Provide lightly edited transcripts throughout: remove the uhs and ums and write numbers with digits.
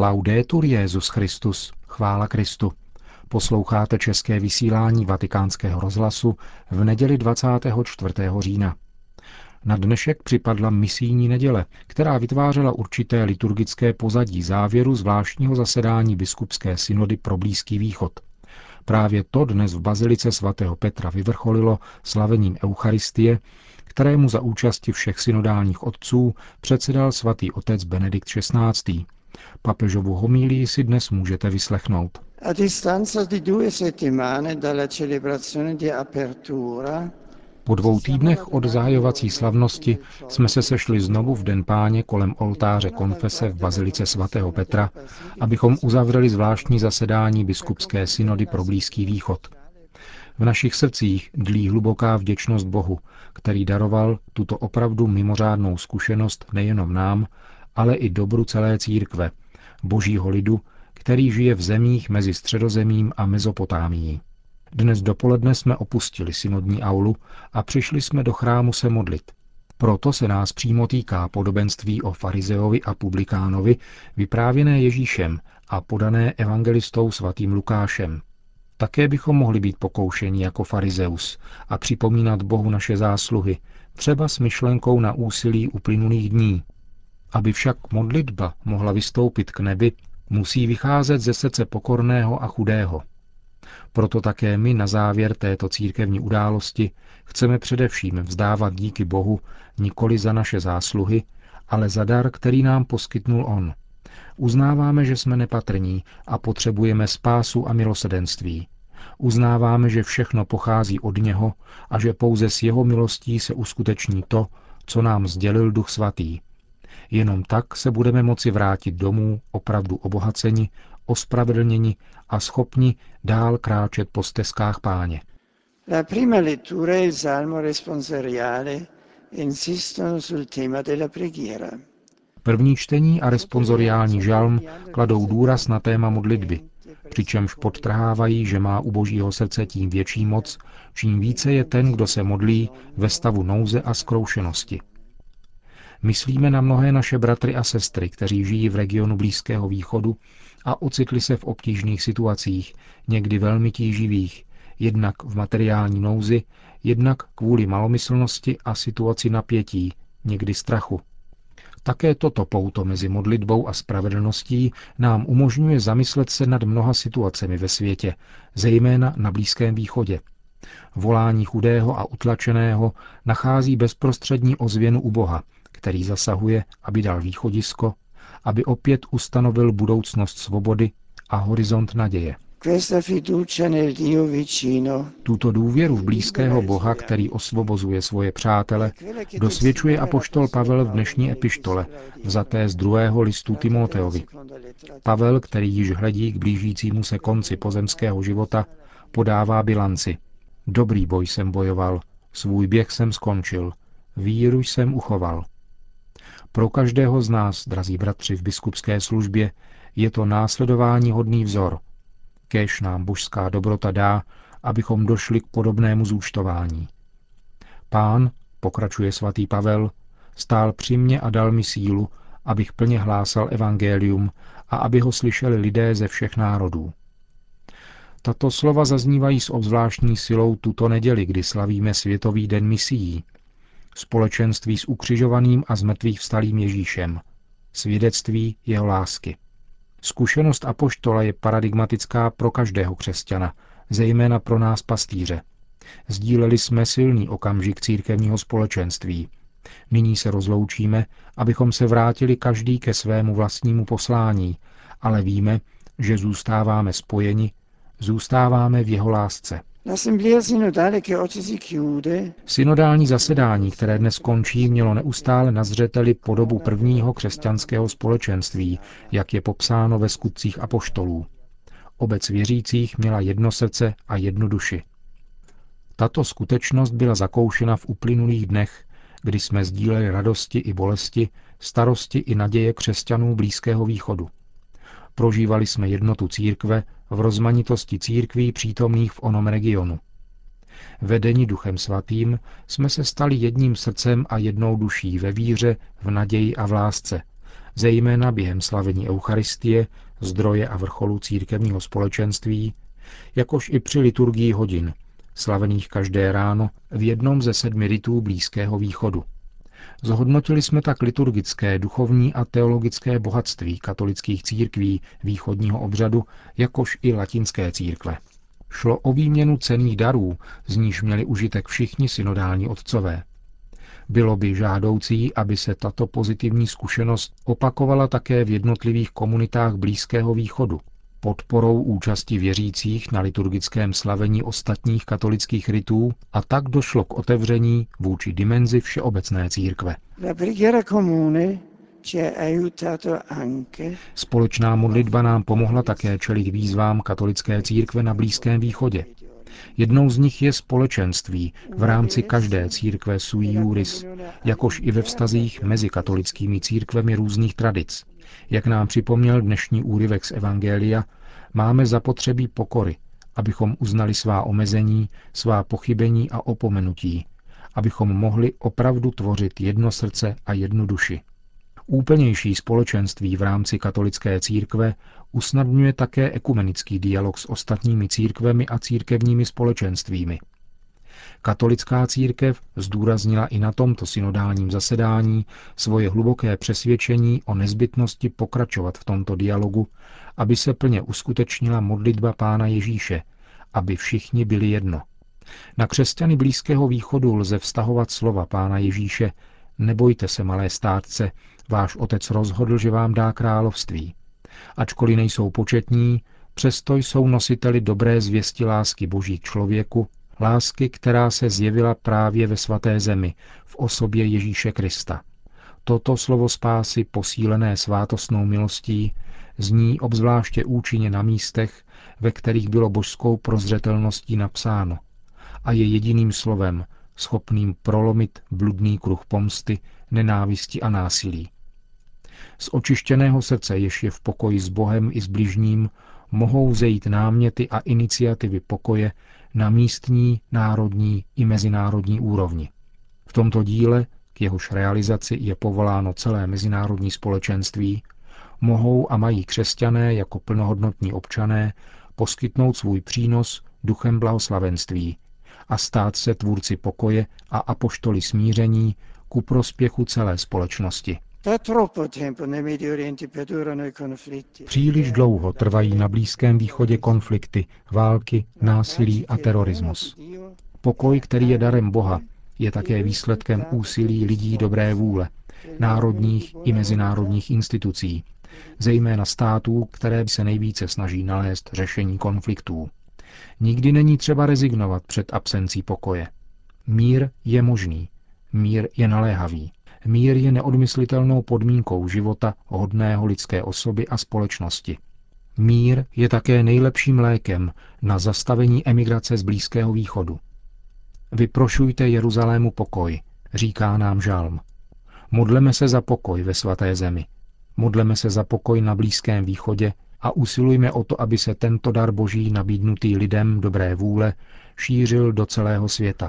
Laudetur Jesus Christus, chvála Kristu. Posloucháte české vysílání Vatikánského rozhlasu v neděli 24. října. Na dnešek připadla misijní neděle, která vytvářela určité liturgické pozadí závěru zvláštního zasedání biskupské synody pro Blízký východ. Právě to dnes v bazilice sv. Petra vyvrcholilo slavením Eucharistie, kterému za účasti všech synodálních otců předsedal svatý otec Benedikt XVI. Papežovu homílii si dnes můžete vyslechnout. A distanza di 2 settimane dalla celebrazione di apertura. Po 2 týdnech od zahajovací slavnosti jsme se sešli znovu v Den Páně kolem oltáře konfese v bazilice sv. Petra, abychom uzavřeli zvláštní zasedání biskupské synody pro Blízký východ. V našich srdcích dlí hluboká vděčnost Bohu, který daroval tuto opravdu mimořádnou zkušenost nejenom nám, ale i dobru celé církve, božího lidu, který žije v zemích mezi Středozemím a Mezopotámií. Dnes dopoledne jsme opustili synodní aulu a přišli jsme do chrámu se modlit. Proto se nás přímo týká podobenství o farizeovi a publikánovi, vyprávěné Ježíšem a podané evangelistou svatým Lukášem. Také bychom mohli být pokoušeni jako farizeus a připomínat Bohu naše zásluhy, třeba s myšlenkou na úsilí uplynulých dní. Aby však modlitba mohla vystoupit k nebi, musí vycházet ze srdce pokorného a chudého. Proto také my na závěr této církevní události chceme především vzdávat díky Bohu nikoli za naše zásluhy, ale za dar, který nám poskytnul On. Uznáváme, že jsme nepatrní a potřebujeme spásu a milosrdenství. Uznáváme, že všechno pochází od něho a že pouze s jeho milostí se uskuteční to, co nám sdělil Duch Svatý. Jenom tak se budeme moci vrátit domů opravdu obohaceni, ospravedlněni a schopni dál kráčet po stezkách Páně. La prima lettura e il salmo responsoriale insistono sul tema della preghiera. První čtení a responsoriální žalm kladou důraz na téma modlitby, přičemž podtrhávají, že má u božího srdce tím větší moc, čím více je ten, kdo se modlí ve stavu nouze a zkroušenosti. Myslíme na mnohé naše bratry a sestry, kteří žijí v regionu Blízkého východu a ocitli se v obtížných situacích, někdy velmi tíživých, jednak v materiální nouzi, jednak kvůli malomyslnosti a situaci napětí, někdy strachu. Také toto pouto mezi modlitbou a spravedlností nám umožňuje zamyslet se nad mnoha situacemi ve světě, zejména na Blízkém východě. Volání chudého a utlačeného nachází bezprostřední ozvěnu u Boha, který zasahuje, aby dal východisko, aby opět ustanovil budoucnost svobody a horizont naděje. Tuto důvěru v blízkého Boha, který osvobozuje svoje přátele, dosvědčuje apoštol Pavel v dnešní epištole, vzaté z 2. listu Timoteovi. Pavel, který již hledí k blížícímu se konci pozemského života, podává bilanci. Dobrý boj jsem bojoval, svůj běh jsem skončil, víru jsem uchoval. Pro každého z nás, drazí bratři v biskupské službě, je to následování hodný vzor. Kéž nám božská dobrota dá, abychom došli k podobnému zúčtování. Pán, pokračuje svatý Pavel, stál při mně a dal mi sílu, abych plně hlásal evangelium a aby ho slyšeli lidé ze všech národů. Tato slova zaznívají s obzvláštní silou tuto neděli, kdy slavíme Světový den misií, společenství s ukřižovaným a zmrtvých vstalým Ježíšem, svědectví jeho lásky. Zkušenost apoštola je paradigmatická pro každého křesťana, zejména pro nás pastýře. Sdíleli jsme silný okamžik církevního společenství. Nyní se rozloučíme, abychom se vrátili každý ke svému vlastnímu poslání, ale víme, že zůstáváme spojeni, zůstáváme v jeho lásce. Synodální zasedání, které dnes končí, mělo neustále na zřeteli podobu prvního křesťanského společenství, jak je popsáno ve Skutcích apoštolů. Obec věřících měla jedno srdce a jednu duši. Tato skutečnost byla zakoušena v uplynulých dnech, kdy jsme sdíleli radosti i bolesti, starosti i naděje křesťanů Blízkého východu. Prožívali jsme jednotu církve v rozmanitosti církví přítomných v onom regionu. Vedeni Duchem Svatým jsme se stali jedním srdcem a jednou duší ve víře, v naději a v lásce zejména během slavení Eucharistie, zdroje a vrcholu církevního společenství, jakož i při liturgii hodin, slavených každé ráno v jednom ze 7 ritů Blízkého východu. Zhodnotili jsme tak liturgické, duchovní a teologické bohatství katolických církví východního obřadu, jakož i latinské církve. Šlo o výměnu cenných darů, z níž měli užitek všichni synodální otcové. Bylo by žádoucí, aby se tato pozitivní zkušenost opakovala také v jednotlivých komunitách Blízkého východu, podporou účasti věřících na liturgickém slavení ostatních katolických ritů, a tak došlo k otevření vůči dimenzi všeobecné církve. Společná modlitba nám pomohla také čelit výzvám katolické církve na Blízkém východě. Jednou z nich je společenství v rámci každé církve sui juris, jakož i ve vztazích mezi katolickými církvemi různých tradic. Jak nám připomněl dnešní úryvek z Evangelia, máme zapotřebí pokory, abychom uznali svá omezení, svá pochybení a opomenutí, abychom mohli opravdu tvořit jedno srdce a jednu duši. Úplnější společenství v rámci katolické církve usnadňuje také ekumenický dialog s ostatními církvemi a církevními společenstvími. Katolická církev zdůraznila i na tomto synodálním zasedání svoje hluboké přesvědčení o nezbytnosti pokračovat v tomto dialogu, aby se plně uskutečnila modlitba Pána Ježíše, aby všichni byli jedno. Na křesťany Blízkého východu lze vztahovat slova Pána Ježíše: nebojte se, malé stádce, váš otec rozhodl, že vám dá království. Ačkoliv nejsou početní, přesto jsou nositeli dobré zvěsti lásky Boží k člověku, lásky, která se zjevila právě ve svaté zemi, v osobě Ježíše Krista. Toto slovo spásy, posílené svátostnou milostí, zní obzvláště účinně na místech, ve kterých bylo božskou prozřetelností napsáno, a je jediným slovem, schopným prolomit bludný kruh pomsty, nenávisti a násilí. Z očištěného srdce, jež je v pokoji s Bohem i s bližním, mohou zejít náměty a iniciativy pokoje na místní, národní i mezinárodní úrovni. V tomto díle, k jehož realizaci je povoláno celé mezinárodní společenství, mohou a mají křesťané jako plnohodnotní občané poskytnout svůj přínos duchem blahoslavenství a stát se tvůrci pokoje a apoštoly smíření ku prospěchu celé společnosti. Příliš dlouho trvají na Blízkém východě konflikty, války, násilí a terorismus. Pokoj, který je darem Boha, je také výsledkem úsilí lidí dobré vůle, národních i mezinárodních institucí, zejména států, které se nejvíce snaží nalézt řešení konfliktů. Nikdy není třeba rezignovat před absencí pokoje. Mír je možný, mír je naléhavý. Mír je neodmyslitelnou podmínkou života hodného lidské osoby a společnosti. Mír je také nejlepším lékem na zastavení emigrace z Blízkého východu. Vyprošujte Jeruzalému pokoj, říká nám žalm. Modleme se za pokoj ve svaté zemi. Modleme se za pokoj na Blízkém východě a usilujme o to, aby se tento dar Boží nabídnutý lidem dobré vůle šířil do celého světa.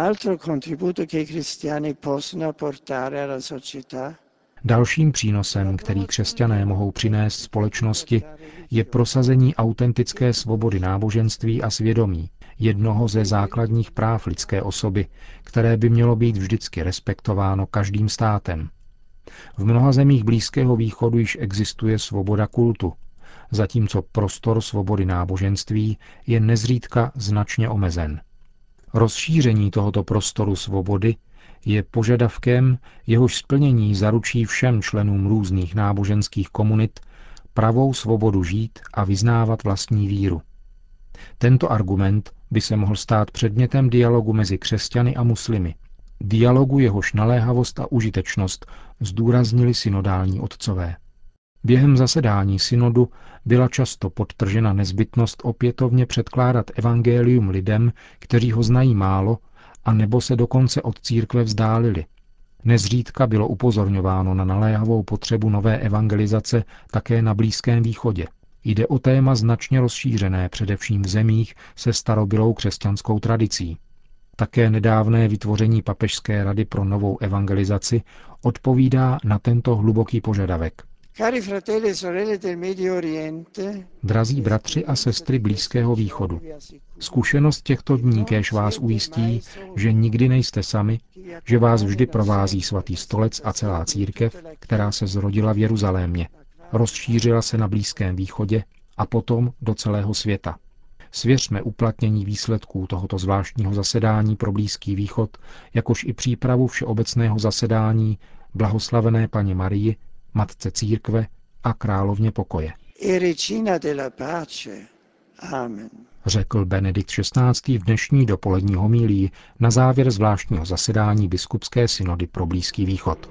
Dalším přínosem, který křesťané mohou přinést společnosti, je prosazení autentické svobody náboženství a svědomí, jednoho ze základních práv lidské osoby, které by mělo být vždycky respektováno každým státem. V mnoha zemích Blízkého východu již existuje svoboda kultu, zatímco prostor svobody náboženství je nezřídka značně omezen. Rozšíření tohoto prostoru svobody je požadavkem, jehož splnění zaručí všem členům různých náboženských komunit pravou svobodu žít a vyznávat vlastní víru. Tento argument by se mohl stát předmětem dialogu mezi křesťany a muslimy. Dialogu, jehož naléhavost a užitečnost zdůraznili synodální otcové. Během zasedání synodu byla často podtržena nezbytnost opětovně předkládat evangelium lidem, kteří ho znají málo, a nebo se dokonce od církve vzdálili. Nezřídka bylo upozorňováno na naléhavou potřebu nové evangelizace také na Blízkém východě. Jde o téma značně rozšířené především v zemích se starobylou křesťanskou tradicí. Také nedávné vytvoření Papežské rady pro novou evangelizaci odpovídá na tento hluboký požadavek. Cari fratelli e sorelle del Medio Oriente, Drazí bratři a sestry Blízkého východu, zkušenost těchto dní kéž vás ujistí, že nikdy nejste sami, že vás vždy provází svatý stolec a celá církev, která se zrodila v Jeruzalémě, rozšířila se na Blízkém východě a potom do celého světa. Svěřme uplatnění výsledků tohoto zvláštního zasedání pro Blízký východ, jakož i přípravu všeobecného zasedání blahoslavené Panně Marii, Matce církve a Královně pokoje. e Regina della pace. Amen. Řekl Benedikt XVI. V dnešní dopolední homílii na závěr zvláštního zasedání biskupské synody pro Blízký východ.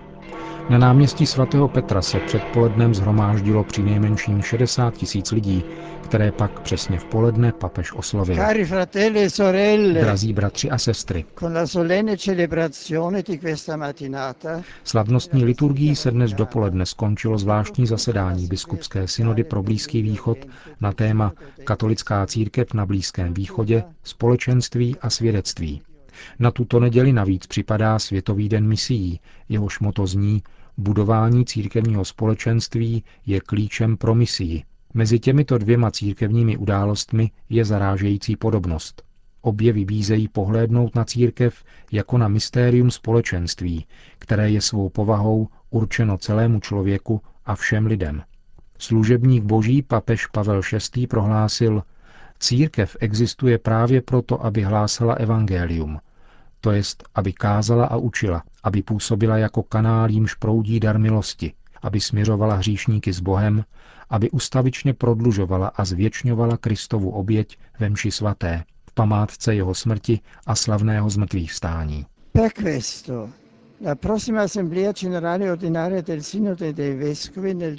Na náměstí svatého Petra se předpolednem shromáždilo přinejmenším 60 000 lidí, které pak přesně v poledne papež oslovil. Cari fratelli e sorelle, Drazí bratři a sestry, con la solenne celebrazione di questa mattinata, slavnostní liturgií se dnes dopoledne skončilo zvláštní zasedání biskupské synody pro Blízký východ na téma Katolická církev na Blízkém východě, společenství a svědectví. Na tuto neděli navíc připadá Světový den misií, jehož motto zní Budování církevního společenství je klíčem pro misii. Mezi těmito dvěma církevními událostmi je zarážející podobnost. Obě vybízejí pohlédnout na církev jako na mystérium společenství, které je svou povahou určeno celému člověku a všem lidem. Služebník boží papež Pavel VI. Prohlásil, církev existuje právě proto, aby hlásala evangelium, to jest, aby kázala a učila, aby působila jako kanál, jímž proudí dar milosti, aby směřovala hříšníky s Bohem, aby ustavičně prodlužovala a zvěčňovala Kristovu oběť ve mši svaté, v památce jeho smrti a slavného zmrtvýchvstání. per questo la prossima Assemblea Generale Ordinaria del Sinode dei Vescovi nel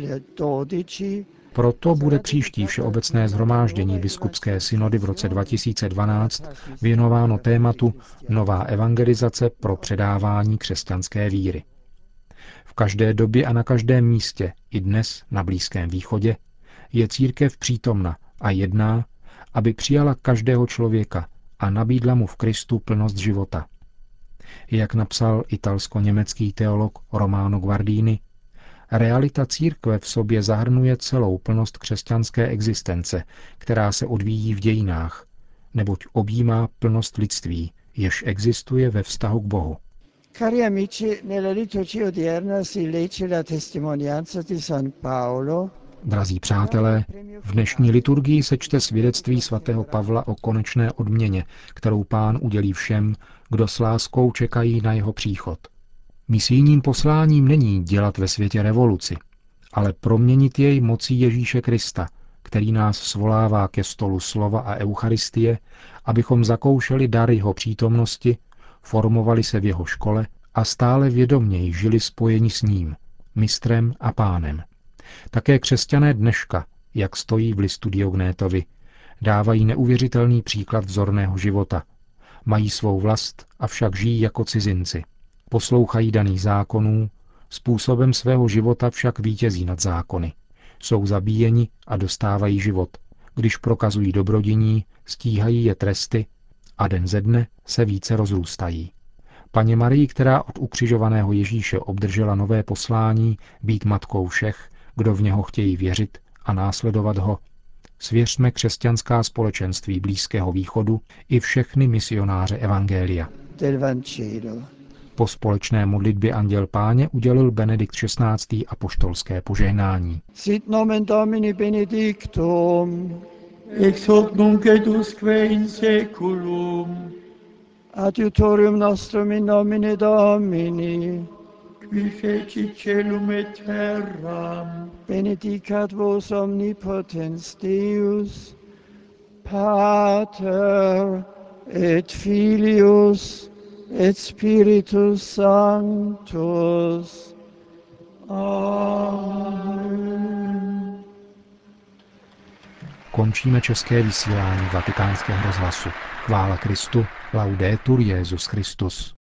2012 Proto bude příští všeobecné shromáždění biskupské synody v roce 2012 věnováno tématu Nová evangelizace pro předávání křesťanské víry. V každé době a na každém místě, i dnes na Blízkém východě, je církev přítomna a jedná, aby přijala každého člověka a nabídla mu v Kristu plnost života. Jak napsal italsko-německý teolog Romano Guardini, realita církve v sobě zahrnuje celou plnost křesťanské existence, která se odvíjí v dějinách, neboť objímá plnost lidství, jež existuje ve vztahu k Bohu. Cari amici, nella liturgia odierna si legge la testimonianza di San Paolo. Drazí přátelé, v dnešní liturgii se čte svědectví svatého Pavla o konečné odměně, kterou Pán udělí všem, kdo s láskou čekají na jeho příchod. Misijním posláním není dělat ve světě revoluci, ale proměnit jej mocí Ježíše Krista, který nás svolává ke stolu slova a eucharistie, abychom zakoušeli dar jeho přítomnosti, formovali se v jeho škole a stále vědoměji žili spojeni s ním, mistrem a pánem. Také křesťané dneška, jak stojí v listu Diognétovi, dávají neuvěřitelný příklad vzorného života. Mají svou vlast, avšak žijí jako cizinci. Poslouchají daných zákonů, způsobem svého života však vítězí nad zákony. Jsou zabíjeni a dostávají život. Když prokazují dobrodiní, stíhají je tresty a den ze dne se více rozrůstají. Panně Marii, která od ukřižovaného Ježíše obdržela nové poslání být matkou všech, kdo v něho chtějí věřit a následovat ho, svěřme křesťanská společenství Blízkého východu i všechny misionáře evangelia. Po společné modlitbě Anděl Páně udělil Benedikt XVI. Apoštolské požehnání. Sit nomen Domini benedictum, ex hoc nunc et usque in seculum, adiutorium nostrum in nomine Domini, qui feci celum et terram, benedicat vos omnipotens Deus, Pater et Filius et Spiritus Sanctus. Amen. Končíme české vysílání Vatikánského rozhlasu. Chvála Kristu, laudetur Jesus Christus.